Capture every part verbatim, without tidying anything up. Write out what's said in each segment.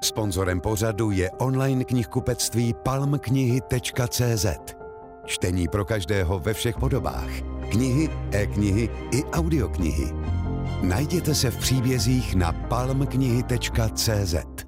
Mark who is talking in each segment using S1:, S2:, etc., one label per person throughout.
S1: Sponzorem pořadu je online knihkupectví palm knihy tečka cé zet. Čtení pro každého ve všech podobách. Knihy, e-knihy i audioknihy. Najděte se v příbězích na palm knihy tečka cé zet.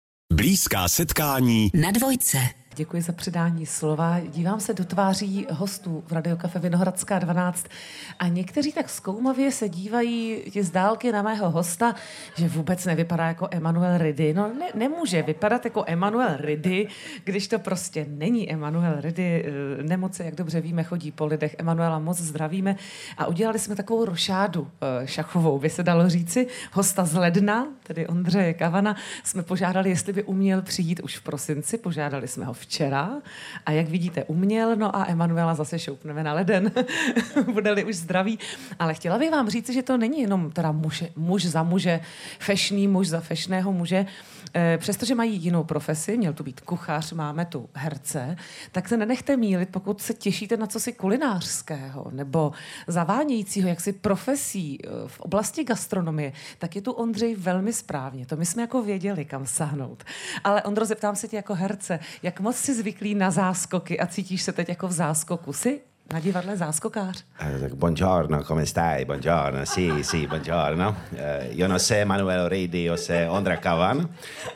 S2: Blízká setkání
S3: na Dvojce.
S4: Děkuji za předání slova. Dívám se do tváří hostů v Radiokafe Vinohradská dvanáct a někteří tak zkoumavě se dívají ti z dálky na mého hosta, že vůbec nevypadá jako Emanuel Ridy. No ne, nemůže vypadat jako Emanuel Ridy, když to prostě není Emanuel Ridy. Nemoce, jak dobře víme, chodí po lidech. Emanuela moc zdravíme a udělali jsme takovou rošádu šachovou, by se dalo říci. Hosta z ledna, tedy Ondřeje Kavana, jsme požádali, jestli by uměl přijít už v prosinci. Požádali jsme ho včera a jak vidíte uměl, no a Emanuela zase šoupneme na leden, bude-li už zdraví. Ale chtěla bych vám říct, že to není jenom teda muž, muž za muže, fešný muž za fešného muže, e, přestože mají jinou profesi, měl tu být kuchař, máme tu herce, tak se nenechte mýlit, pokud se těšíte na cosi kulinářského nebo zavánějícího jaksi profesí v oblasti gastronomie, tak je tu Ondřej velmi správně. To my jsme jako věděli, kam sáhnout. Ale Ondro, zeptám se tě jako herce, jak moc jsi zvyklý na záskoky a cítíš se teď jako v záskoku? Jsi na divadle záskokář?
S5: Tak buongiorno, come stai? Buongiorno, sì, sì, buongiorno. Io non sé Emanuel Ridy, io sé Ondra Kavan.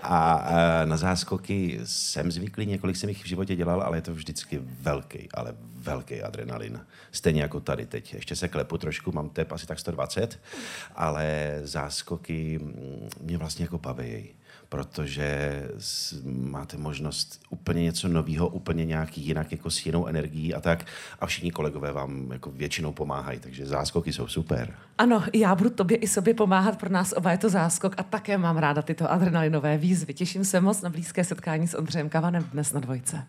S5: A na záskoky jsem zvyklý, několik jsem jich v životě dělal, ale je to vždycky velký, ale velký adrenalin. Stejně jako tady teď. Ještě se klepu trošku, mám tep asi tak sto dvacet, ale záskoky mě vlastně jako baví, protože máte možnost úplně něco nového, úplně nějaký jinak, jako s jinou energií a tak. A všichni kolegové vám jako většinou pomáhají, takže záskoky jsou super.
S4: Ano, já budu tobě i sobě pomáhat, pro nás oba je to záskok a také mám ráda tyto adrenalinové výzvy. Těším se moc na blízké setkání s Ondřejem Kavanem dnes na Dvojce.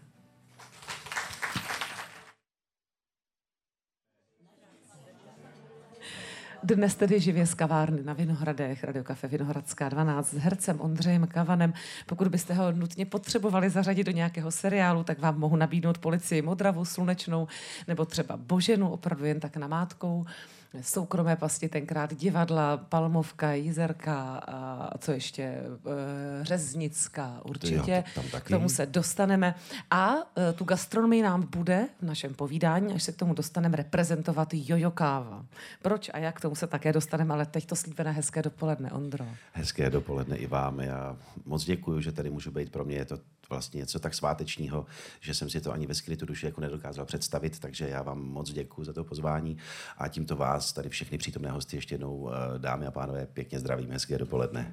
S4: Dnes tedy živě z kavárny na Vinohradech, Radiokafe Vinohradská dvanáct s hercem Ondřejem Kavanem. Pokud byste ho nutně potřebovali zařadit do nějakého seriálu, tak vám mohu nabídnout Policii Modravu, Slunečnou nebo třeba Boženu, opravdu jen tak namátkou. Soukromé pasti, tenkrát divadla, Palmovka, Jizerka a co ještě, e, Řeznická určitě.
S5: Jo, to, tam
S4: k tomu se dostaneme. A e, tu gastronomii nám bude v našem povídání, až se k tomu dostaneme, reprezentovat Jojo Káva. Proč a jak, k tomu se také dostaneme, ale teď to slíbené hezké dopoledne, Ondro.
S5: Hezké dopoledne i vám. Já moc děkuju, že tady můžu být. Pro mě je to vlastně něco tak svátečního, že jsem si to ani ve skrytu duše jako nedokázal představit, takže já vám moc děkuju za to pozvání a tímto vás, tady všechny přítomné hosty, ještě jednou, dámy a pánové, pěkně zdravím, hezké dopoledne.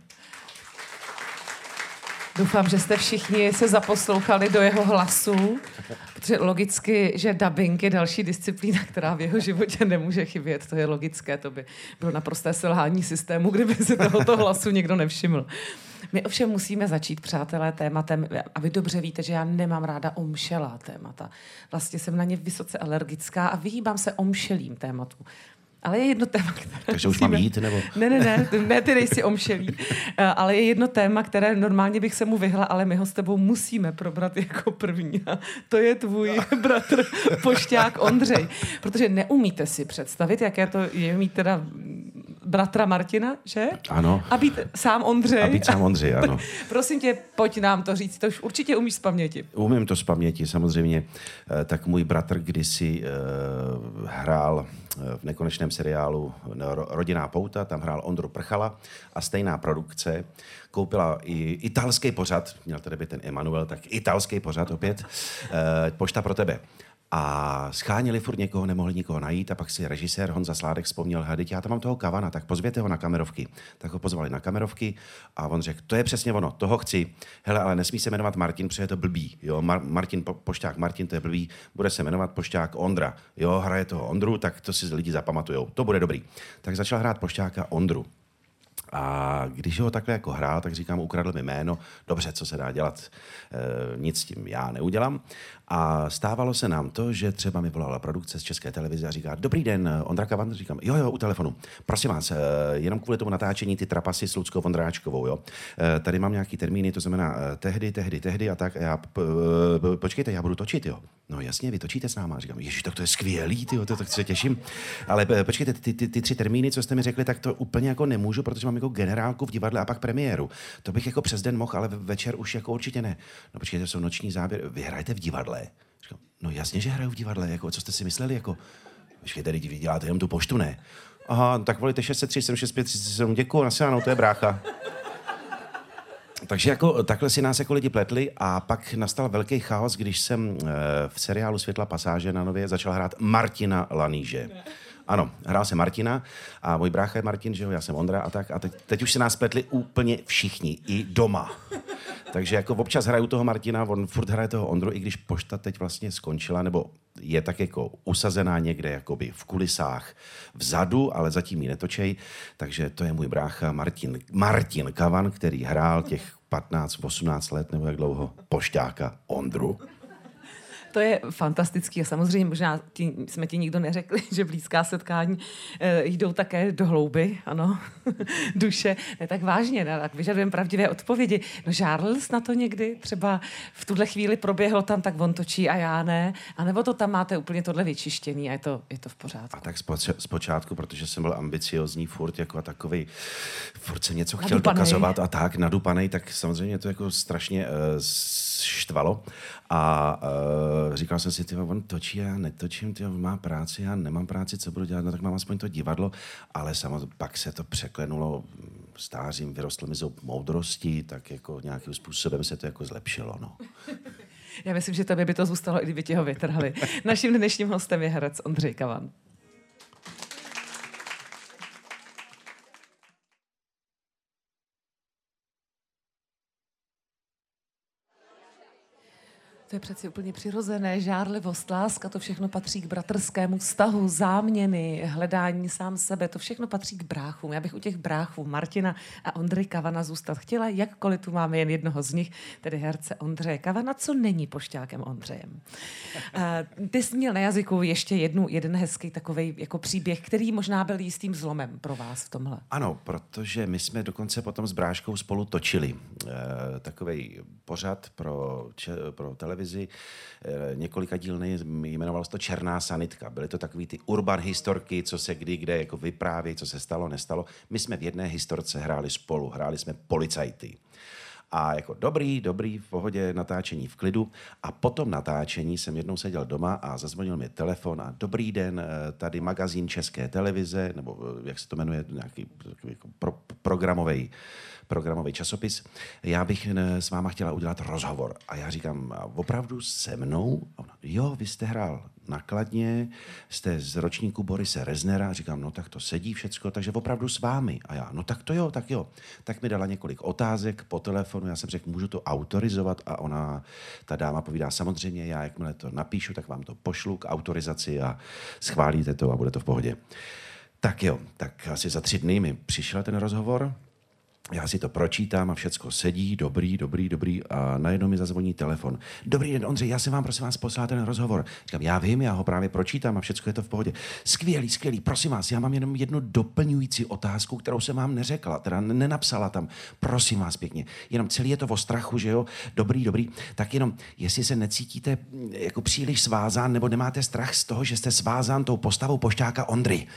S4: Doufám, že jste všichni se zaposlouchali do jeho hlasu, protože logicky, že dabing je další disciplína, která v jeho životě nemůže chybět. To je logické, to by bylo naprosté selhání systému, kdyby si tohoto hlasu někdo nevšiml. My ovšem musíme začít, přátelé, tématem, a vy dobře víte, že já nemám ráda omšelá témata. Vlastně jsem na ně vysoce alergická a vyhýbám se omšelým tématům. Ale je jedno téma, které...
S5: Takže už mám jít, nebo?
S4: Ne, ne, ne, ne, ty nejsi omšelý. Ale je jedno téma, které normálně bych se mu vyhla, ale my ho s tebou musíme probrat jako první. A to je tvůj bratr Pošťák Ondřej. Protože neumíte si představit, jaké to je mít teda bratra Martina, že?
S5: Ano.
S4: A být sám Ondřej.
S5: A být sám Ondřej, ano.
S4: Prosím tě, pojď nám to říct. To už určitě umíš z paměti.
S5: Umím to z paměti, samozřejmě. Tak můj bratr kdysi uh, hrál v nekonečném seriálu Rodinná pouta, tam hrál Ondru Prchala a stejná produkce koupila i italský pořad, měl tady být ten Emanuel, tak italský pořad opět, uh, Pošta pro tebe. A scháněli furt někoho, nemohli nikoho najít a pak si režisér Honza Sládek vzpomněl, hleděť, já tam mám toho Kavana, tak pozvěte ho na kamerovky. Tak ho pozvali na kamerovky a on řekl, to je přesně ono, toho chci. Hele, ale nesmí se jmenovat Martin, protože je to blbý. Jo, Mar- Martin po- Pošťák Martin, to je blbý, bude se jmenovat Pošťák Ondra. Jo, hraje toho Ondru, tak to si lidi zapamatujou. To bude dobrý. Tak začal hrát Pošťáka Ondru. A když ho takhle jako hrál, tak říkám, ukradl mi jméno, dobře, co se dá dělat, e, nic s tím já neudělám. A stávalo se nám to, že třeba mi volala produkce z České televize a říká, dobrý den, Ondra Kavan, říkám, jo, jo, u telefonu, prosím vás, e, jenom kvůli tomu natáčení ty trapasy s Luckou Vondráčkovou, jo. E, tady mám nějaký termíny, to znamená e, tehdy, tehdy, tehdy a tak, a já, p, p, počkejte, já budu točit, jo. no jasně, vy točíte s náma. Říkám, ježiš, tak to je skvělý, tyjo, to tak se těším. Ale počkejte, ty, ty, ty tři termíny, co jste mi řekli, tak to úplně jako nemůžu, protože mám jako generálku v divadle a pak premiéru. To bych jako přes den mohl, ale večer už jako určitě ne. No počkejte, jsou noční záběr. Vy hrajete v divadle? Říkám, no jasně, že hraju v divadle, jako co jste si mysleli, jako počkejte, vy děláte jenom tu poštu, ne? Aha, tak volíte šest set tři sedm šest pět tři sedm, děkuju, nasilánou, to je brácha. Takže jako, takhle si nás jako lidi pletli a pak nastal velký chaos, když jsem v seriálu Světla pasáže na Nově začal hrát Martina Laníže. Ano, hrál jsem Martina a můj brácha je Martin, že jo, já jsem Ondra a tak. A teď, teď už se nás pletli úplně všichni, i doma. Takže jako občas hraju toho Martina, on furt hraje toho Ondru, i když pošta teď vlastně skončila, nebo je tak jako usazená někde jakoby v kulisách vzadu, ale zatím ji netočej. Takže to je můj brácha Martin, Martin Kavan, který hrál těch patnáct osmnáct let, nebo jak dlouho, pošťáka Ondru.
S4: To je fantastický a samozřejmě možná ti, jsme ti nikdo neřekli, že blízká setkání e, jdou také do hlouby, ano, duše. Ne tak vážně, ne, tak vyžadujeme pravdivé odpovědi. No žárlil jsi na to někdy? Třeba v tuhle chvíli proběhlo tam, tak on točí a já ne? A nebo to tam máte úplně tohle vyčištěný a je to, je to v pořádku?
S5: A tak zpočátku, protože jsem byl ambiciozní furt jako takovej, furt jsem něco chtěl
S4: nadupanej.
S5: dokazovat a tak, nadupanej, tak samozřejmě to jako strašně uh, štvalo. A uh, říkal jsem si, tyjo, on točí, já netočím, tyjo, má práci, já nemám práci, co budu dělat, no tak mám aspoň to divadlo, ale samozřejmě pak se to překlenulo stářím, vyrostl mi zoub moudrosti, tak jako nějakým způsobem se to jako zlepšilo, no.
S4: Já myslím, že tebe by to zůstalo, i kdyby tě ho vytrhli. Naším dnešním hostem je herec Ondřej Kavan. To je přeci úplně přirozené, žárlivost, láska, to všechno patří k bratrskému vztahu, záměny, hledání sám sebe, to všechno patří k bráchům. Já bych u těch bráchů Martina a Ondry Kavana zůstat chtěla, jakkoliv tu máme jen jednoho z nich, tedy herce Ondřeje Kavana, co není pošťákem Ondřejem. Uh, ty jsi měl na jazyku ještě jednu, jeden hezký takovej jako příběh, který možná byl jistým zlomem pro vás v tomhle.
S5: Ano, protože my jsme dokonce potom s bráškou spolu točili uh, takovej pořad pro, če, pro televizi, několika dílny, jmenovalo se to Černá sanitka. Byly to takový ty urban historky, co se kdy, kde jako vypráví, co se stalo, nestalo. My jsme v jedné historce hráli spolu, hráli jsme policajty. A jako dobrý, dobrý, v pohodě, natáčení v klidu. A potom natáčení jsem jednou seděl doma a zazvonil mi telefon a dobrý den, tady magazín České televize, nebo jak se to jmenuje, nějaký jako pro, programový programový časopis. Já bych s váma chtěla udělat rozhovor. A já říkám, opravdu se mnou? Ona, jo, vy jste hrál nakladně, jste z ročníku Borise Reznera. Říkám, no tak to sedí všecko, takže opravdu s vámi. A já, no tak to jo, tak jo. Tak mi dala několik otázek po telefonu, já jsem řekl, můžu to autorizovat a ona, ta dáma povídá, samozřejmě, já jakmile to napíšu, tak vám to pošlu k autorizaci a schválíte to a bude to v pohodě. Tak jo, tak asi za tři dny mi přišel ten rozhovor. Já si to pročítám a všecko sedí, dobrý, dobrý, dobrý a najednou mi zazvoní telefon. Dobrý den, Ondřej, já jsem vám prosím vás poslal ten rozhovor. Říkám, já vím, já ho právě pročítám a všecko je to v pohodě. Skvělý, skvělý, prosím vás, já mám jenom jednu doplňující otázku, kterou jsem vám neřekla, teda nenapsala tam. Prosím vás pěkně, jenom celý je to o strachu, že jo? Dobrý, dobrý, tak jenom, jestli se necítíte jako příliš svázán nebo nemáte strach z toho, že jste svázán tou postavou pošťáka Ondry.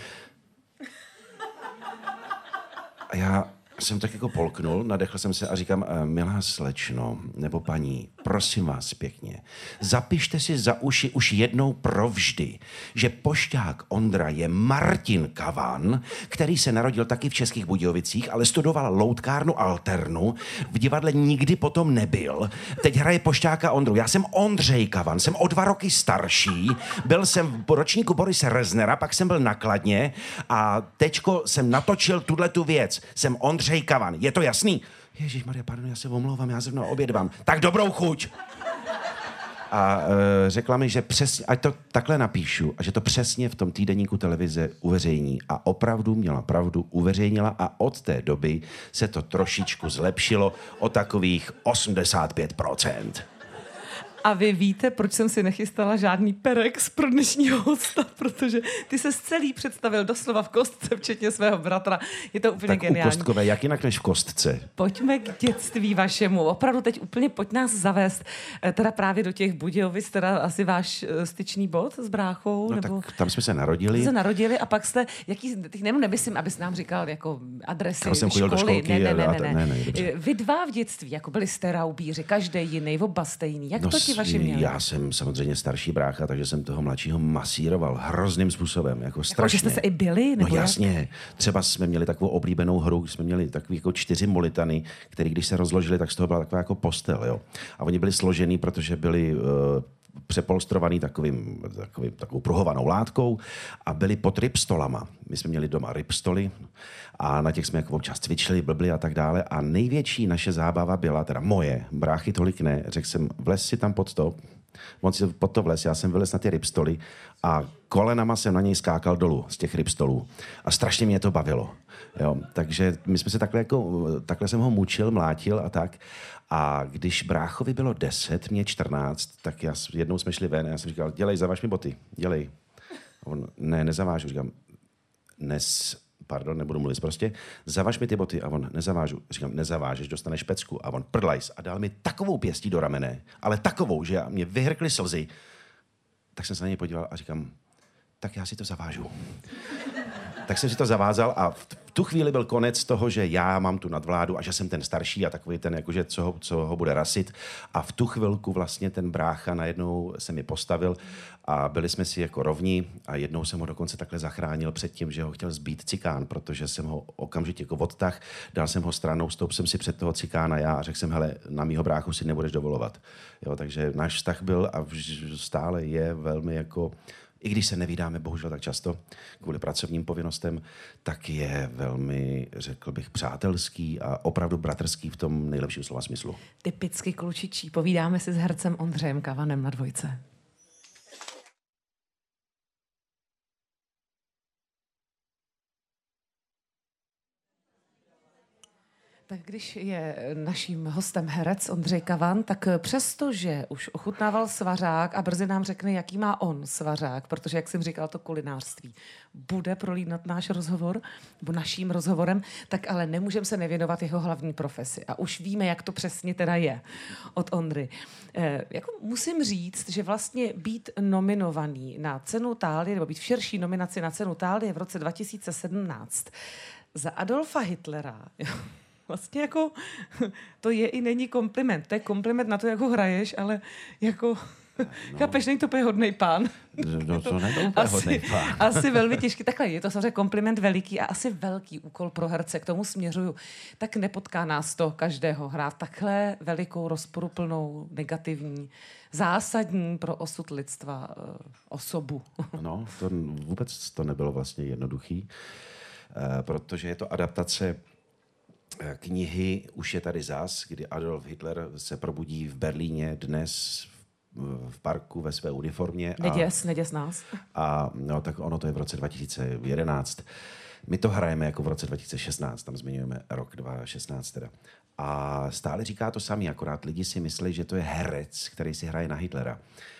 S5: A já jsem tak jako polknul, nadechl jsem se a říkám, milá slečno, nebo paní, prosím vás pěkně, zapište si za uši už jednou provždy, že pošťák Ondra je Martin Kavan, který se narodil taky v Českých Budějovicích, ale studoval loutkárnu alternu, v divadle nikdy potom nebyl, teď hraje pošťáka Ondru. Já jsem Ondřej Kavan, jsem o dva roky starší, byl jsem v ročníku Borise Reznera, pak jsem byl nakladně a teďko jsem natočil tuhletu věc. Jsem Ondřej Kavan. Je to jasný? Ježišmarja, pardon, já se omlouvám, já zrovna obědvám. Tak dobrou chuť! A e, řekla mi, že přesně, ať to takhle napíšu, a že to přesně v tom týdeníku televize uveřejní. A opravdu měla pravdu, uveřejnila a od té doby se to trošičku zlepšilo o takových osmdesát pět procent.
S4: A vy víte, proč jsem si nechystala žádný perex pro dnešního hosta, protože ty se celý představil doslova v kostce, včetně svého bratra. Je to úplně
S5: tak
S4: geniální.
S5: Tak u kostkové, jak jinak než v kostce?
S4: Pojďme k dětství vašemu. Opravdu teď úplně pojď nás zavést teda právě do těch Budějovic, teda asi váš styčný bod s bráchou?
S5: No
S4: nebo...
S5: tak tam jsme se narodili.
S4: Jste se narodili a pak jste, jaký, teď jenom nemyslím, abys nám říkal jako adresy,
S5: Tam jsem chodil
S4: školy.
S5: do školky.
S4: Ne, ne, ne,
S5: a,
S4: ne,
S5: ne,
S4: ne.
S5: ne
S4: Vy dva v dětství, jako byli jste raubíři, každý jiný, oba stejný. Jak
S5: no,
S4: to ti vaši měli?
S5: Já jsem samozřejmě starší brácha, takže jsem toho mladšího masíroval hrozným způsobem, jako strašně.
S4: Jako, že jste se i byli? Nebo
S5: no jasně. Jak? Třeba jsme měli takovou oblíbenou hru, jsme měli takový jako čtyři molitany, které když se rozložili, tak z toho byla taková jako postel, jo. A oni byli složený, protože byli uh, přepolstrovaný takovým, takovým, takovou pruhovanou látkou a byli pod rybstolama. My jsme měli doma rybstoly a na těch jsme jako občas cvičili, blbli a tak dále. A největší naše zábava byla, teda moje, bráchy tolik ne, řekl jsem, vlez si tam pod to, on si pod to vlez, já jsem vylez na ty rybstoly a kolenama jsem na něj skákal dolů z těch rybstolů. A strašně mě to bavilo. Jo, takže my jsme se takhle, jako, takhle jsem ho mučil, mlátil a tak. A když bráchovi bylo deset, mě čtrnáct, tak já, jednou jsme šli ven a já jsem říkal, dělej, zavaž mi boty, dělej. A on, ne, nezavážu. Říkám, nes, pardon, nebudu mluvit prostě, zavaž mi ty boty. A on, nezavážu. Říkám, nezavážeš, dostaneš pecku. A on, prdlajs. A dal mi takovou pěstí do ramene, ale takovou, že mě vyhrkly slzy. Tak jsem se na něj podíval a říkám, tak já si to zavážu. Tak jsem si to zavázal a v tu chvíli byl konec toho, že já mám tu nadvládu a že jsem ten starší a takový ten, jakože co ho, co ho bude rasit. A v tu chvilku vlastně ten brácha najednou se mi postavil a byli jsme si jako rovní a jednou jsem ho dokonce takhle zachránil před tím, že ho chtěl zbít cikán, protože jsem ho okamžitě jako odtah, dal jsem ho stranou, stoup jsem si před toho cikána já a řekl jsem, hele, na mýho bráchu si nebudeš dovolovat. Jo, takže náš vztah byl a stále je velmi jako... I když se nevídáme bohužel tak často kvůli pracovním povinnostem, tak je velmi, řekl bych, přátelský a opravdu bratrský v tom nejlepším slova smyslu.
S4: Typicky klučičí. Povídáme si s hercem Ondřejem Kavanem na Dvojce. Tak když je naším hostem herec Ondřej Kavan, tak přesto, že už ochutnával svařák a brzy nám řekne, jaký má on svařák, protože, jak jsem říkal, to kulinářství bude prolínat náš rozhovor, nebo naším rozhovorem, tak ale nemůžeme se nevěnovat jeho hlavní profesi. A už víme, jak to přesně teda je od Ondry. E, jako musím říct, že vlastně být nominovaný na cenu Thálie, nebo být v širší nominaci na cenu Thálie v roce dva tisíce sedmnáct za Adolfa Hitlera, vlastně jako, to je i není kompliment. To je kompliment na to, jak ho hraješ, ale jako, no. Chápeš, není to úplně hodnej pán.
S5: No to není úplně hodnej pán.
S4: Asi velmi těžký. Takhle je to samozřejmě kompliment veliký a asi velký úkol pro herce. K tomu směřuju. Tak nepotká nás to každého hrát takhle velikou, rozporuplnou, negativní, zásadní pro osud lidstva uh, osobu.
S5: No, to vůbec to nebylo vlastně jednoduchý, uh, protože je to adaptace knihy Už je tady zas, kdy Adolf Hitler se probudí v Berlíně dnes v parku ve své uniformě.
S4: Neděs, a, neděs nás.
S5: A no, tak ono to je v roce dva tisíce jedenáct. My to hrajeme jako v roce dva tisíce šestnáct, tam zmiňujeme rok dva tisíce šestnáct teda. A stále říká to samý, akorát lidi si myslí, že to je herec, který si hraje na Hitlera.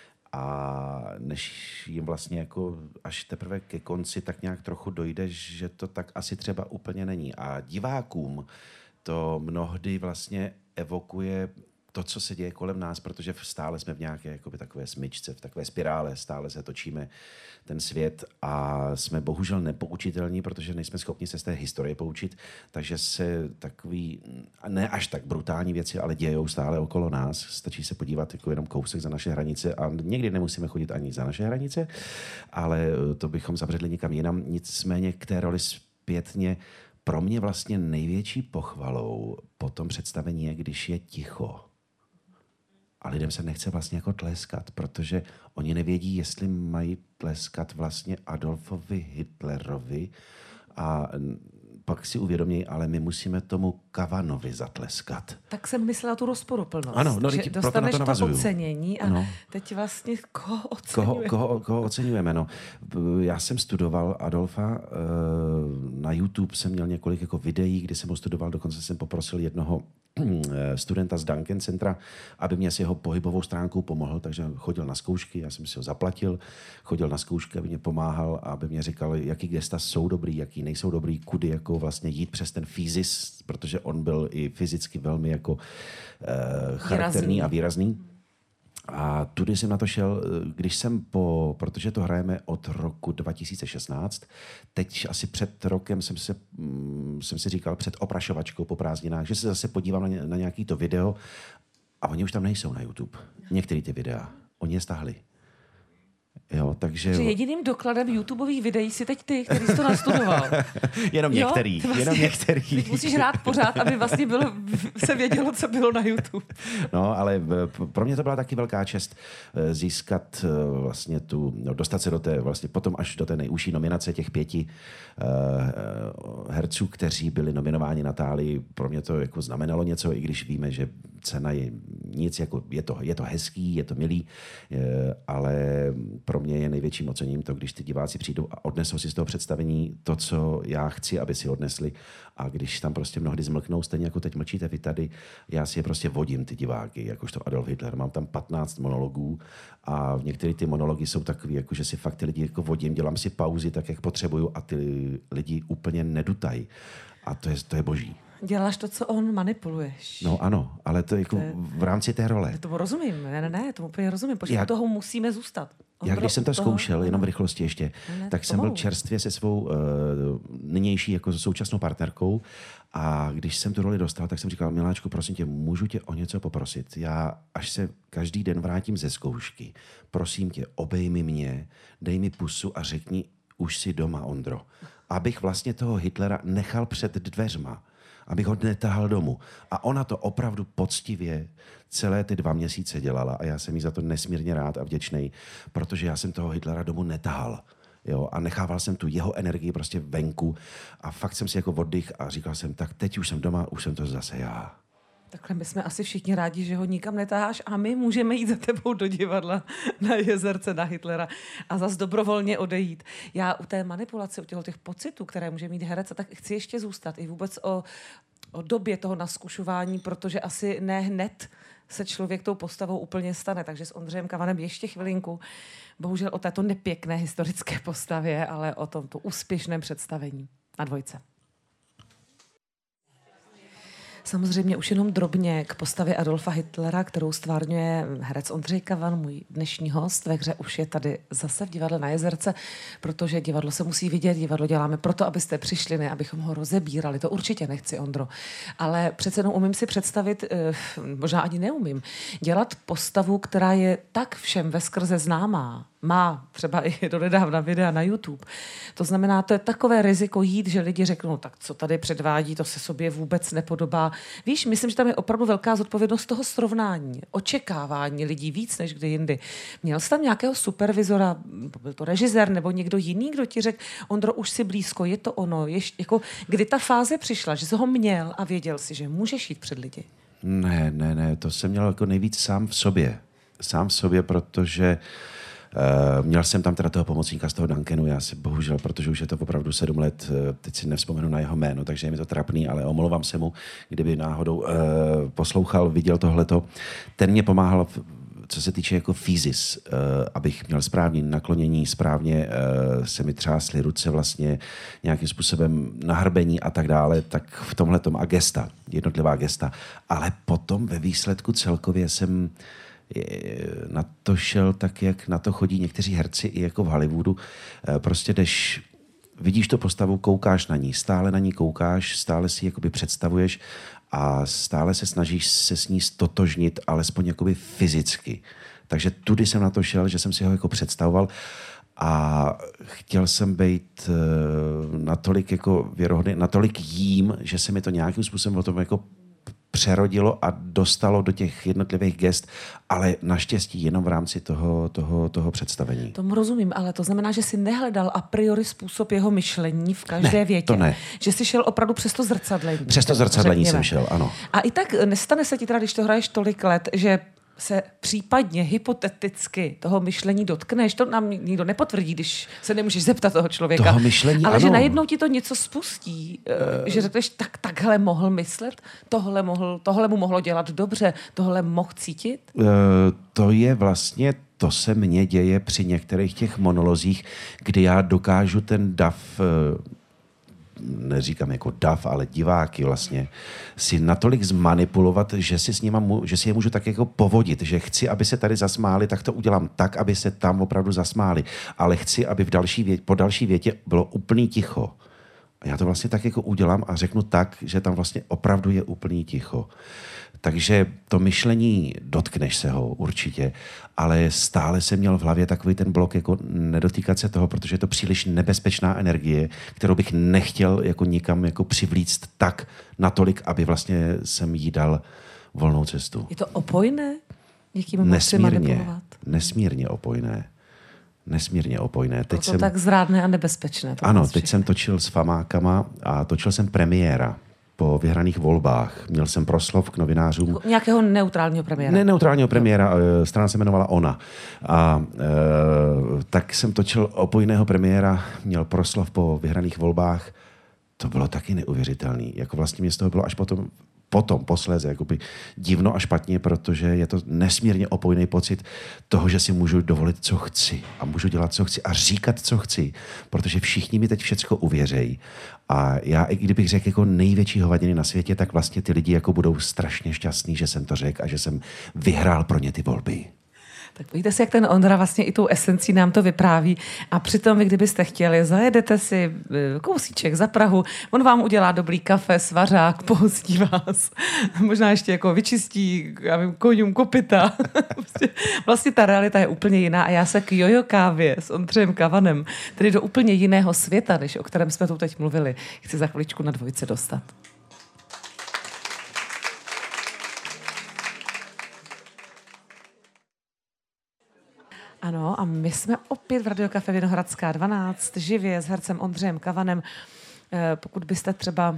S5: A než jim vlastně jako až teprve ke konci tak nějak trochu dojde, že to tak asi třeba úplně není. A divákům to mnohdy vlastně evokuje to, co se děje kolem nás, protože stále jsme v nějaké jakoby, takové smyčce, v takové spirále, stále se točíme ten svět a jsme bohužel nepoučitelní, protože nejsme schopni se z té historie poučit, takže se takový, ne až tak brutální věci, ale dějou stále okolo nás. Stačí se podívat jako jenom kousek za naše hranice a někdy nemusíme chodit ani za naše hranice, ale to bychom zabředli někam jinam. Nicméně k té roli zpětně pro mě vlastně největší pochvalou po tom představení je, když je ticho. A lidem se nechce vlastně jako tleskat, protože oni nevědí, jestli mají tleskat vlastně Adolfovi Hitlerovi a pak si uvědomí, ale my musíme tomu Kavanovi zatleskat.
S4: Tak jsem myslela tu rozporuplnost.
S5: Ano, no,
S4: že dostaneš
S5: to,
S4: to ocenění a
S5: no.
S4: teď vlastně koho oceňujeme?
S5: Koho, koho, koho oceňujeme, no. Já jsem studoval Adolfa, na YouTube jsem měl několik jako videí, kdy jsem ho studoval, dokonce jsem poprosil jednoho studenta z Duncan Centra, aby mě s jeho pohybovou stránkou pomohl, takže chodil na zkoušky, já jsem si ho zaplatil, chodil na zkoušky, aby mě pomáhal a aby mě říkal, jaký gesta jsou dobrý, jaký nejsou dobrý, kudy jako vlastně jít přes ten fyzis, protože on byl i fyzicky velmi jako eh, charakterní výrazný. a výrazný. A tudy jsem na to šel, když jsem po, protože to hrajeme od roku dva tisíce šestnáct, teď asi před rokem jsem, se, jsem si říkal před oprašovačkou po prázdninách, že se zase podívám na, ně, na nějaký to video a oni už tam nejsou na YouTube. Některé ty videa. Oni je stáhli. Jo, takže...
S4: Že jediným dokladem YouTubeových videí si teď ty, který jsi to nastudoval.
S5: jenom některý. Jo, vlastně, jenom některý.
S4: Teď musíš hrát pořád, aby vlastně bylo, se vědělo, co bylo na YouTube.
S5: No, ale pro mě to byla taky velká čest získat vlastně tu, no, dostat se do té, vlastně potom až do té nejužší nominace těch pěti uh, herců, kteří byli nominováni na Tálii. Pro mě to jako znamenalo něco, i když víme, že cena je nic, jako je to, je to hezký, je to milý, ale pro mě je největším oceněním to, když ty diváci přijdou a odnesou si z toho představení to, co já chci, aby si odnesli. A když tam prostě mnohdy zmlknou, stejně jako teď mlčíte vy tady, já si je prostě vodím, ty diváky, jakožto Adolf Hitler. Mám tam patnáct monologů a v některé ty monology jsou takový, jako že si fakt ty lidi jako vodím, dělám si pauzy tak, jak potřebuju a ty lidi úplně nedutají. A to je, to je boží.
S4: Děláš to, co on manipuluješ.
S5: No ano, ale to je jako to je... v rámci té role.
S4: Tomu rozumím, ne, ne, ne, tomu úplně rozumím, protože já... toho musíme zůstat. On
S5: já když jsem to toho... zkoušel, jenom v rychlosti ještě,
S4: ne,
S5: tak jsem
S4: pomalu.
S5: byl čerstvě se svou uh, nynější jako současnou partnerkou a když jsem tu roli dostal, tak jsem říkal, miláčku, prosím tě, můžu tě o něco poprosit. Já až se každý den vrátím ze zkoušky, prosím tě, obejmi mě, dej mi pusu a řekni, už jsi doma, Ondro. Abych vlastně toho Hitlera nechal před dveřma. Abych ho netahal domů. A ona to opravdu poctivě celé ty dva měsíce dělala a já jsem jí za to nesmírně rád a vděčnej, protože já jsem toho Hitlera domů netahal. Jo? A nechával jsem tu jeho energii prostě venku a fakt jsem si jako oddych a říkal jsem, tak teď už jsem doma, už jsem to zase já.
S4: Takhle my jsme asi všichni rádi, že ho nikam netáháš a my můžeme jít za tebou do divadla na Jezerce na Hitlera a zas dobrovolně odejít. Já u té manipulace, u těch, těch pocitů, které může mít herec, tak chci ještě zůstat i vůbec o, o době toho naskušování, protože asi ne hned se člověk tou postavou úplně stane. Takže s Ondřejem Kavanem ještě chvilinku. Bohužel o této nepěkné historické postavě, ale o tomto úspěšném představení na Dvojce. Samozřejmě už jenom drobně k postavě Adolfa Hitlera, kterou stvárňuje herec Ondřej Kavan, můj dnešní host. Ve hře už je tady zase v divadle na Jezerce, protože divadlo se musí vidět, divadlo děláme proto, abyste přišli, ne abychom ho rozebírali. To určitě nechci, Ondro. Ale přece jenom umím si představit, možná ani neumím, dělat postavu, která je tak všem veskrze známá, má třeba i donedávna videa na YouTube. To znamená, to je takové riziko jít, že lidi řeknou, tak co tady předvádí, to se sobě vůbec nepodobá. Víš, myslím, že tam je opravdu velká zodpovědnost toho srovnání, očekávání lidí víc než kdy jindy. Měl jsi tam nějakého supervizora, byl to režisér nebo někdo jiný, kdo ti řekl, Ondro, už si blízko, je to ono. Ještě, jako, kdy ta fáze přišla, že jsi ho měl a věděl si, že můžeš jít před lidi?
S5: Ne, ne, ne, to jsem měl jako nejvíc sám v sobě. Sám v sobě, protože Uh, měl jsem tam teda toho pomocníka z toho Duncanu, já si bohužel, protože už je to opravdu sedm let, uh, teď si nevzpomenu na jeho jméno, takže je mi to trapný, ale omlouvám se mu, kdyby náhodou uh, poslouchal, viděl tohleto. Ten mě pomáhal, co se týče jako fyzis, uh, abych měl správné naklonění, správně uh, se mi třásly ruce vlastně nějakým způsobem nahrbení a tak dále, tak v tomhletom a gesta, jednotlivá gesta. Ale potom ve výsledku celkově jsem na to šel tak, jak na to chodí někteří herci i jako v Hollywoodu. Prostě jdeš, vidíš tu postavu, koukáš na ní, stále na ní koukáš, stále si jakoby představuješ a stále se snažíš se s ní stotožnit, alespoň jakoby fyzicky. Takže tudy jsem na to šel, že jsem si ho jako představoval a chtěl jsem být natolik jako věrohodný, natolik jím, že se mi to nějakým způsobem o tom jako přerodilo a dostalo do těch jednotlivých gest, ale naštěstí jenom v rámci toho, toho, toho představení.
S4: Tomu rozumím, ale to znamená, že jsi nehledal a priori způsob jeho myšlení v každé
S5: ne,
S4: větě.
S5: To ne.
S4: Že jsi šel opravdu přes to zrcadlení.
S5: Přes to zrcadlení jsem šel, ano.
S4: A i tak nestane se ti teda, když to hraješ tolik let, že se případně hypoteticky toho myšlení dotkneš, to nám nikdo nepotvrdí, když se nemůžeš zeptat toho člověka.
S5: Toho myšlení,
S4: ale
S5: ano.
S4: že najednou ti to něco spustí, uh, že řekneš, tak takhle mohl myslet, tohle, mohl, tohle mu mohlo dělat dobře, tohle mohl cítit?
S5: Uh, to je vlastně, to se mně děje při některých těch monolozích, kdy já dokážu ten dav... Uh, neříkám jako dav, ale diváky vlastně, si natolik zmanipulovat, že si s nima mu, že si je můžu tak jako povodit, že chci, aby se tady zasmáli, tak to udělám tak, aby se tam opravdu zasmáli. Ale chci, aby v další větě, po další větě bylo úplný ticho. A já to vlastně tak jako udělám a řeknu tak, že tam vlastně opravdu je úplný ticho. Takže to myšlení, dotkneš se ho určitě, ale stále jsem měl v hlavě takový ten blok, jako nedotýkat se toho, protože je to příliš nebezpečná energie, kterou bych nechtěl jako nikam jako přivlíct tak natolik, aby vlastně jsem jí dal volnou cestu.
S4: Je to opojné? Jakým
S5: nesmírně, nesmírně opojné. Nesmírně opojné.
S4: Teď to jsem... tak zrádné a nebezpečné.
S5: Ano, teď jsem točil s famákama a točil jsem premiéra po vyhraných volbách. Měl jsem proslov k novinářům.
S4: Nějakého neutrálního premiéra.
S5: Ne, neutrálního premiéra. No. Strana se jmenovala Ona. A e, tak jsem točil opojného premiéra, měl proslov po vyhraných volbách. To bylo taky neuvěřitelný. Jako vlastně mě z toho bylo až potom, potom posléze, jakoby divno a špatně, protože je to nesmírně opojný pocit toho, že si můžu dovolit, co chci. A můžu dělat, co chci a říkat, co chci. Protože všichni mi teď všecko uvěřejí. A já, i kdybych řekl jako největší hovadiny na světě, tak vlastně ty lidi jako budou strašně šťastní, že jsem to řekl a že jsem vyhrál pro ně ty volby.
S4: Tak pojďte si, jak ten Ondra vlastně i tou esencí nám to vypráví. A přitom vy, kdybyste chtěli, zajedete si kousíček za Prahu, on vám udělá dobrý kafe, svařák, pohostí vás. Možná ještě jako vyčistí, já vím, koňům kopyta. Vlastně ta realita je úplně jiná a já se k Jojo kávě s Ondřejem Kavanem, tedy do úplně jiného světa, než o kterém jsme tu teď mluvili, chci za chviličku na dvojce dostat. Ano, a my jsme opět v Radiokafe Vinohradská dvanáct, živě s hercem Ondřejem Kavanem. Pokud byste třeba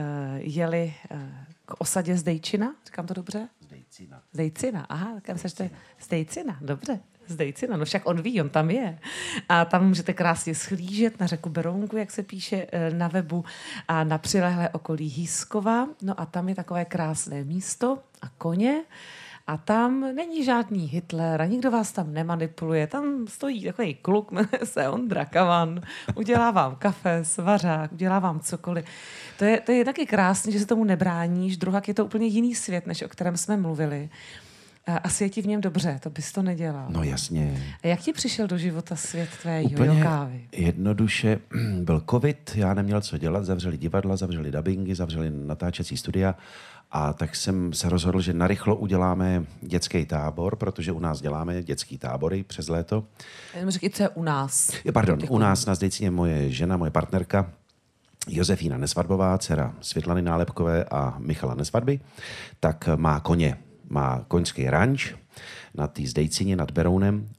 S4: jeli k osadě Zdejčina, říkám to dobře?
S5: Zdejcina.
S4: Zdejcina, aha, tak já myslím, že to je Zdejcina, dobře. Zdejcina, no však on ví, on tam je. A tam můžete krásně schlížet na řeku Berounku, jak se píše na webu, a na přilehlé okolí Hýskova. No a tam je takové krásné místo a koně. A tam není žádný Hitler a nikdo vás tam nemanipuluje. Tam stojí takový kluk, jmenuje se Ondra Kavan, udělá vám kafe, svařák, udělá vám cokoliv. To je, to je taky krásný, že se tomu nebráníš. Druhak je to úplně jiný svět, než o kterém jsme mluvili. A světí v něm dobře, to bys to nedělal.
S5: No jasně.
S4: A jak ti přišel do života svět tvé
S5: Úplně
S4: Jojo kávy?
S5: Jednoduše byl covid, já neměl co dělat, zavřeli divadla, zavřeli dabingy, zavřeli natáčecí studia a tak jsem se rozhodl, že narychlo uděláme dětský tábor, protože u nás děláme dětský tábory přes léto.
S4: Jenom řekni, co je u nás.
S5: Pardon, u nás na Zdejcině moje žena, moje partnerka, Josefína Nesvadbová, dcera Světlany Nálepkové a Michala Nesvadby, tak má koně. Má koňský ranč na té Zdejcině nad Berounem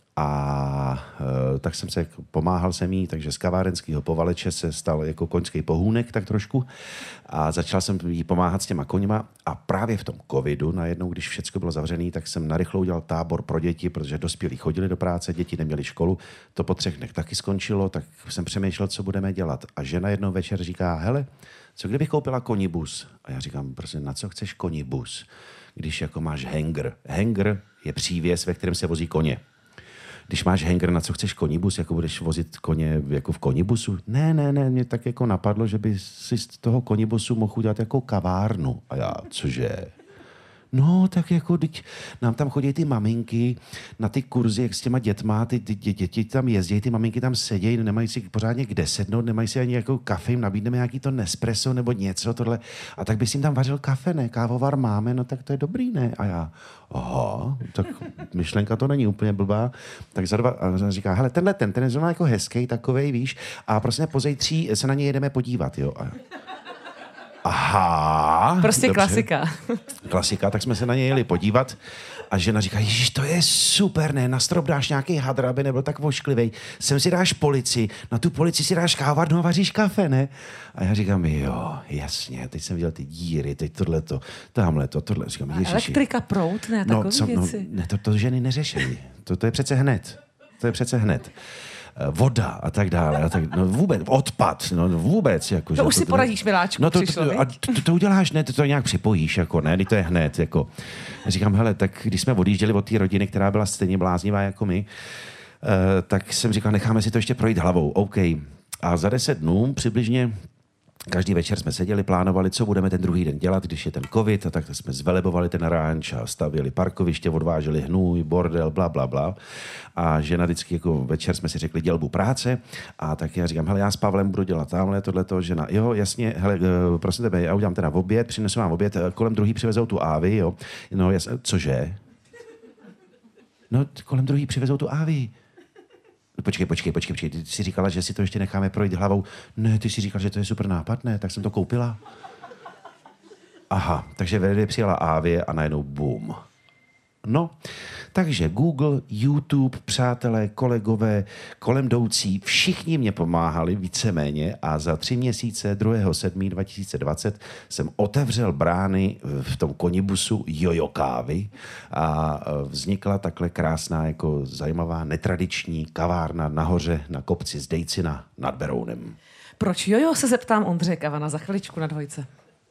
S5: a e, tak jsem se pomáhal jsem jí, takže z kavárenského povaleče se stal jako koňský pohůnek tak trošku a začal jsem jí pomáhat s těma koňma a právě v tom covidu najednou, když všechno bylo zavřené, tak jsem narychlo udělal tábor pro děti, protože dospělí chodili do práce, děti neměli školu, to po třech dnech taky skončilo, tak jsem přemýšlel, co budeme dělat a žena jednou večer říká, hele, co kdybych koupila konibus? A já říkám, prostě na co chceš konibus? Když jako máš hanger. Hanger je přívěs, ve kterém se vozí koně. Když máš hanger, na co chceš konibus, jako budeš vozit koně jako v konibusu? Ne, ne, ne, mě tak jako napadlo, že by si z toho konibusu mohl udělat jako kavárnu. A já, cože? No, tak jako, teď nám tam chodí ty maminky na ty kurzy, jak s těma dětma, ty, ty dě, děti tam jezdí, ty maminky tam sedějí, nemají si pořádně kde sednout, nemají si ani jako kafe, jim nabídneme nějaký to Nespresso nebo něco, tohle. A tak bys jim tam vařil kafe, ne? Kávovar máme, no tak to je dobrý, ne? A já, aha, tak myšlenka to není úplně blbá. Tak za dva, a říká, hele, tenhle ten, ten je zrovna jako hezký, takovej, víš, a prostě pozejtří se na něj jedeme podívat, jo. A aha.
S4: Prostě
S5: dobře.
S4: klasika.
S5: Klasika, tak jsme se na něj jeli podívat a žena říká, ježiš, to je super, ne, na strop dáš nějaký hadr, aby nebyl tak vošklivej, sem si dáš policii, na tu policii si dáš kávárnu a vaříš kafe, ne? A já říkám, jo, jasně, teď jsem viděl ty díry, teď tohleto, tamhleto, tohle, říkám, ježiši.
S4: Elektrika, prout, ne,
S5: no,
S4: takový
S5: co, no,
S4: věci.
S5: ne, to, to ženy neřešejí, to, to je přece hned, to je přece hned. Voda a tak dále. A tak, no vůbec, odpad, no vůbec. Jako,
S4: to
S5: že,
S4: už si
S5: to,
S4: poradíš, miláčku,
S5: no to,
S4: přišlo,
S5: to, a to, to uděláš, ne, to, to nějak připojíš, jako ne, to je hned, jako. Já říkám, hele, tak když jsme odjížděli od té rodiny, která byla stejně bláznivá jako my, uh, tak jsem říkal, necháme si to ještě projít hlavou, OK. A za deset dnů přibližně každý večer jsme seděli, plánovali, co budeme ten druhý den dělat, když je ten covid, a tak jsme zvelebovali ten ranč a stavěli parkoviště, odváželi hnůj, bordel, bla, bla, bla. A žena vždycky jako večer jsme si řekli dělbu práce a tak já říkám, hele, já s Pavlem budu dělat tamhle, tohleto, žena, jo, jasně, hele, prosím tebe, já udělám teda oběd, přinesu vám oběd, kolem druhý přivezou tu Ávy, jo. No, jasně, cože? No, kolem druhý přivezou tu Ávy. Počkej, počkej, počkej, počkej, ty jsi říkala, že si to ještě necháme projít hlavou. Ne, ty jsi říkal, že to je super nápad, ne, tak jsem to koupila. Aha, takže Verdy přijela Ávě a najednou boom. No, takže Google, YouTube, přátelé, kolegové, kolem jdoucí, všichni mě pomáhali víceméně a za tři měsíce druhého sedmého dva tisíce dvacet jsem otevřel brány v tom konibusu Jojo kávy a vznikla takhle krásná, jako zajímavá, netradiční kavárna nahoře na kopci Zdejcina nad Berounem.
S4: Proč Jojo, se zeptám Ondřeje Kavana za chviličku na dvojce.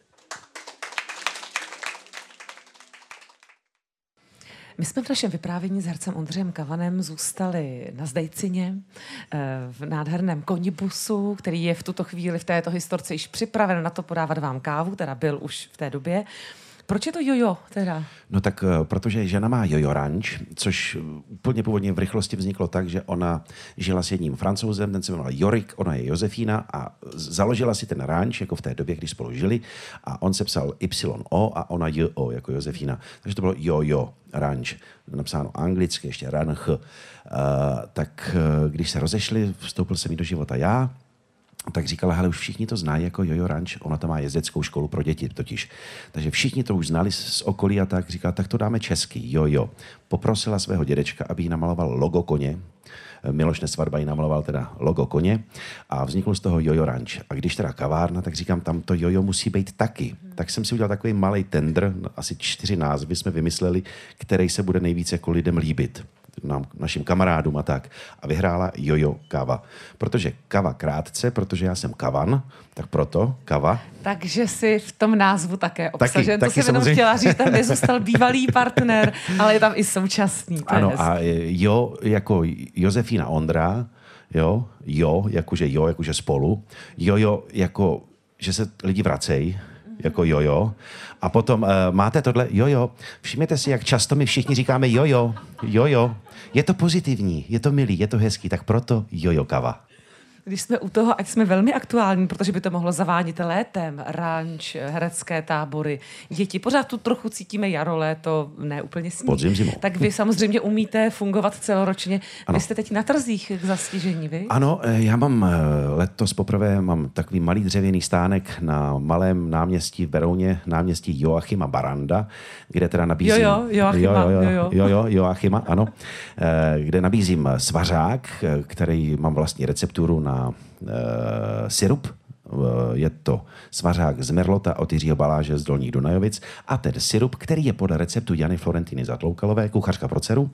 S4: My jsme v našem vyprávění s hercem Ondřejem Kavanem zůstali na Zdejcině, v nádherném konibusu, který je v tuto chvíli v této historce již připraven na to podávat vám kávu, teda byl už v té době. Proč je to Jojo teda?
S5: No tak protože žena má Jojo ranč, což úplně původně v rychlosti vzniklo tak, že ona žila s jedním Francouzem, ten se jmenoval Jorik, ona je Josefína a založila si ten ranč jako v té době, když spolu žili a on se psal Y O a ona J O jako Josefína. Takže to bylo Jojo ranč, napsáno anglicky, ještě ranch. Uh, tak uh, když se rozešli, vstoupil jsem jí do života já, tak říkala, hele, už všichni to znají jako Jojo ranč, ona tam má jezdeckou školu pro děti totiž. Takže všichni to už znali z okolí a tak říkala, tak to dáme česky, Jojo. Poprosila svého dědečka, aby jí namaloval logo koně. Miloš Nesvadba jí namaloval teda logo koně a vzniklo z toho Jojo ranč. A když teda kavárna, tak říkám, tam to Jojo musí být taky. Tak jsem si udělal takový malý tender, asi čtyři názvy jsme vymysleli, který se bude nejvíc jako lidem líbit. Nám, našim kamarádům a tak. A vyhrála Jojo Kava. Protože kava krátce, protože já jsem kavan, tak proto kava.
S4: Takže si v tom názvu také obsažen.
S5: Taky,
S4: to jsem
S5: taky
S4: jenom chtěla říct, tam nezůstal bývalý partner, ale je tam i současný.
S5: Ano, a Jo jako Josefína Ondra, jo, Jo, jakože Jo, jakože spolu, Jojo jako, že se lidi vracejí, jako jojo. A potom uh, máte tohle jojo. Všimněte si, jak často my všichni říkáme jojo, jojo. Je to pozitivní, je to milý, je to hezký, tak proto Jojo Kava.
S4: Když jsme u toho, ať jsme velmi aktuální, protože by to mohlo zavánit létem, ranč, herecké tábory, děti. Pořád tu trochu cítíme jaro, léto, ne úplně sníh.
S5: Podzim, zimu.
S4: Tak vy samozřejmě umíte fungovat celoročně.
S5: Ano.
S4: Vy jste teď na trzích k zastižení, vy?
S5: Ano, já mám letos poprvé mám takový malý dřevěný stánek na malém náměstí v Berouně, náměstí Joachima Baranda, kde teda nabízím...
S4: Jo, jo, Joachima,
S5: jo, jo,
S4: jo, jo.
S5: jo, jo, Joachima, ano. Kde nabízím svařák, který mám vlastní recepturu na Uh, syrup. Uh, je to svařák z merlota od Jiřího Baláže z Dolních Dunajovic a ten syrup, který je podle receptu Jany Florentiny Zatloukalové, kuchařka pro dceru.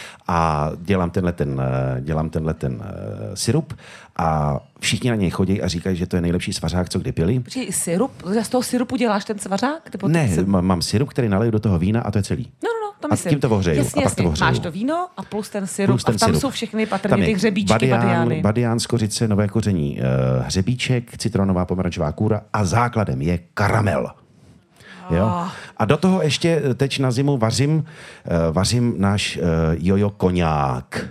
S5: A dělám tenhle ten, dělám tenhle ten uh, syrup a všichni na něj chodí a říkají, že to je nejlepší svařák, co kdy pili.
S4: Počkej, syrup? Z toho syrupu děláš ten svařák? Nebo
S5: ne,
S4: syrup?
S5: mám, mám syrup, který naleju do toho vína a to je celý.
S4: No, no, no, to
S5: a
S4: myslím.
S5: tím to ohřeju.
S4: Jasně,
S5: a pak
S4: jasně.
S5: to ohřeju.
S4: Máš to víno a plus ten syrup.
S5: Plus ten
S4: a tam
S5: syrup.
S4: jsou všechny patrně ty hřebíčky,
S5: badián,
S4: badiány.
S5: Badián z kořice, nové koření, uh, hřebíček, citronová pomerančová kůra a základem je karamel. Jo? A do toho ještě teď na zimu vařím, uh, vařím náš uh, jojo koňák.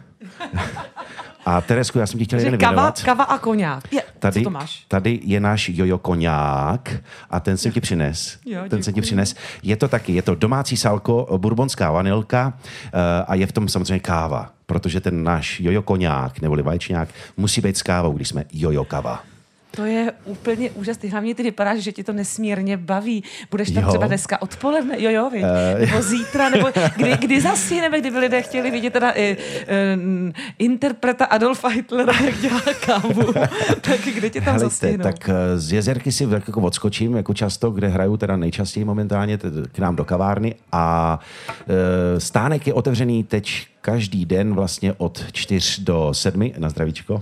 S5: A Teresku, já jsem ti chtěl jeden
S4: kava,
S5: věnovat.
S4: kava a koňák. Je,
S5: Tady,
S4: co to máš?
S5: tady je náš jojo koňák a ten jsem ti přines.
S4: Jo,
S5: ten jsem ti
S4: děkuji.
S5: přines. Je to taky, je to domácí salko, bourbonská vanilka uh, a je v tom samozřejmě káva, protože ten náš jojo koňák neboli vaječňák musí být s kávou, když jsme jojo kava.
S4: To je úplně úžasný. Hlavně ty vypadáš, že ti to nesmírně baví. Budeš tam
S5: Jo.
S4: třeba dneska odpoledne, jo, jo, vy. Uh, nebo zítra, nebo kdy, kdy zasíneme, kdyby lidé chtěli vidět teda i, uh, interpreta Adolfa Hitlera, jak dělá kávu. Tak kdy tě tam
S5: Helejte,
S4: zastíhnou?
S5: tak z Jezerky si jako odskočím, jako často, kde hraju teda nejčastěji momentálně t- k nám do kavárny a e, stánek je otevřený teď každý den vlastně od čtyř do sedmi. Na zdravíčko.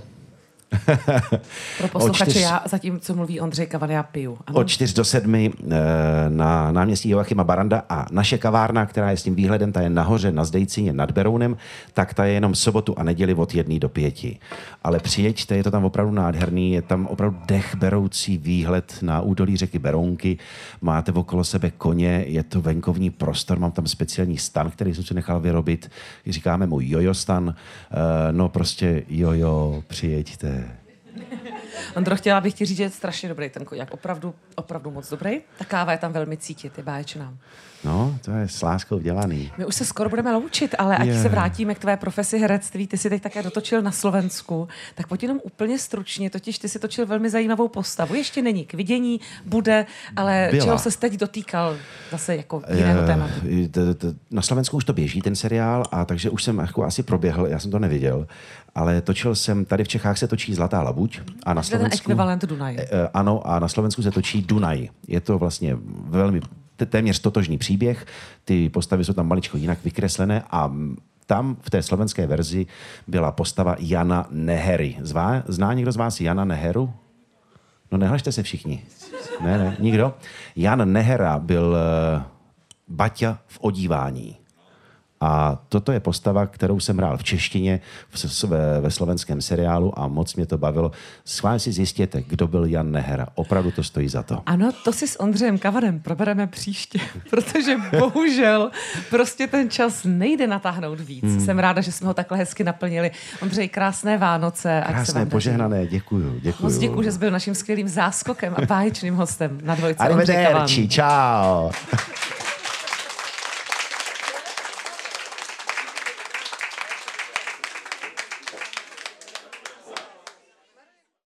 S4: Pro posluchače,
S5: čtyř-
S4: já zatím, co mluví Ondřej Kavan, já piju. Ano.
S5: Od čtyř do sedmi e, na náměstí Joachima Baranda a naše kavárna, která je s tím výhledem, ta je nahoře na Zdejcině nad Berounem, tak ta je jenom sobotu a neděli od jedné do pěti. Ale přijeďte, je to tam opravdu nádherný, je tam opravdu dech beroucí výhled na údolí řeky Berounky, máte okolo sebe koně, je to venkovní prostor, mám tam speciální stan, který jsem si nechal vyrobit, říkáme mu jojo stan, e, no prostě jojo, přijeďte.
S4: Ondro, chtěla bych ti říct, že je strašně dobrý ten koněk. Opravdu, opravdu moc dobrý. Ta káva je tam velmi cítit, je báječná.
S5: No, to je s láskou dělaný.
S4: My už se skoro budeme loučit, ale ať
S5: Je.
S4: se vrátíme k tvé profesi herectví. Ty jsi teď také dotočil na Slovensku. Tak pojď jenom úplně stručně, totiž ty si točil velmi zajímavou postavu. Ještě není k vidění, bude, ale
S5: Byla.
S4: čeho se teď dotýkal zase jako jiného tématu?
S5: Eh, t- t- Na Slovensku už to běží, ten seriál, a takže už jsem jako asi proběhl, já jsem to neviděl, ale točil jsem, tady v Čechách se točí Zlatá labuť a na
S4: To je ten
S5: Slovensku...
S4: ekvivalent Dunaje.
S5: Eh, Ano, a na Slovensku se točí Dunaj. Je to vlastně velmi t- téměř totožný příběh, ty postavy jsou tam maličko jinak vykreslené a tam v té slovenské verzi byla postava Jana Nehery. Zvá, zná někdo z vás Jana Neheru? No nehlašte se všichni. Ne, ne, nikdo. Jan Nehera byl uh, Baťa v odívání. A toto je postava, kterou jsem hrál v češtině v, ve, ve slovenském seriálu a moc mě to bavilo. Schválně si zjistěte, kdo byl Jan Nehera. Opravdu to stojí za to.
S4: Ano, to si s Ondřejem Kavanem probereme příště, protože bohužel prostě ten čas nejde natáhnout víc. Hmm. Jsem ráda, že jsme ho takhle hezky naplnili. Ondřej, krásné Vánoce. Ať se
S5: Krásné,
S4: vám daří.
S5: požehnané, děkuju, děkuju.
S4: Moc děkuju, že jsi byl naším skvělým záskokem a báječným hostem na dvojce Ondřej Kavan.
S5: Arrivederci, čau.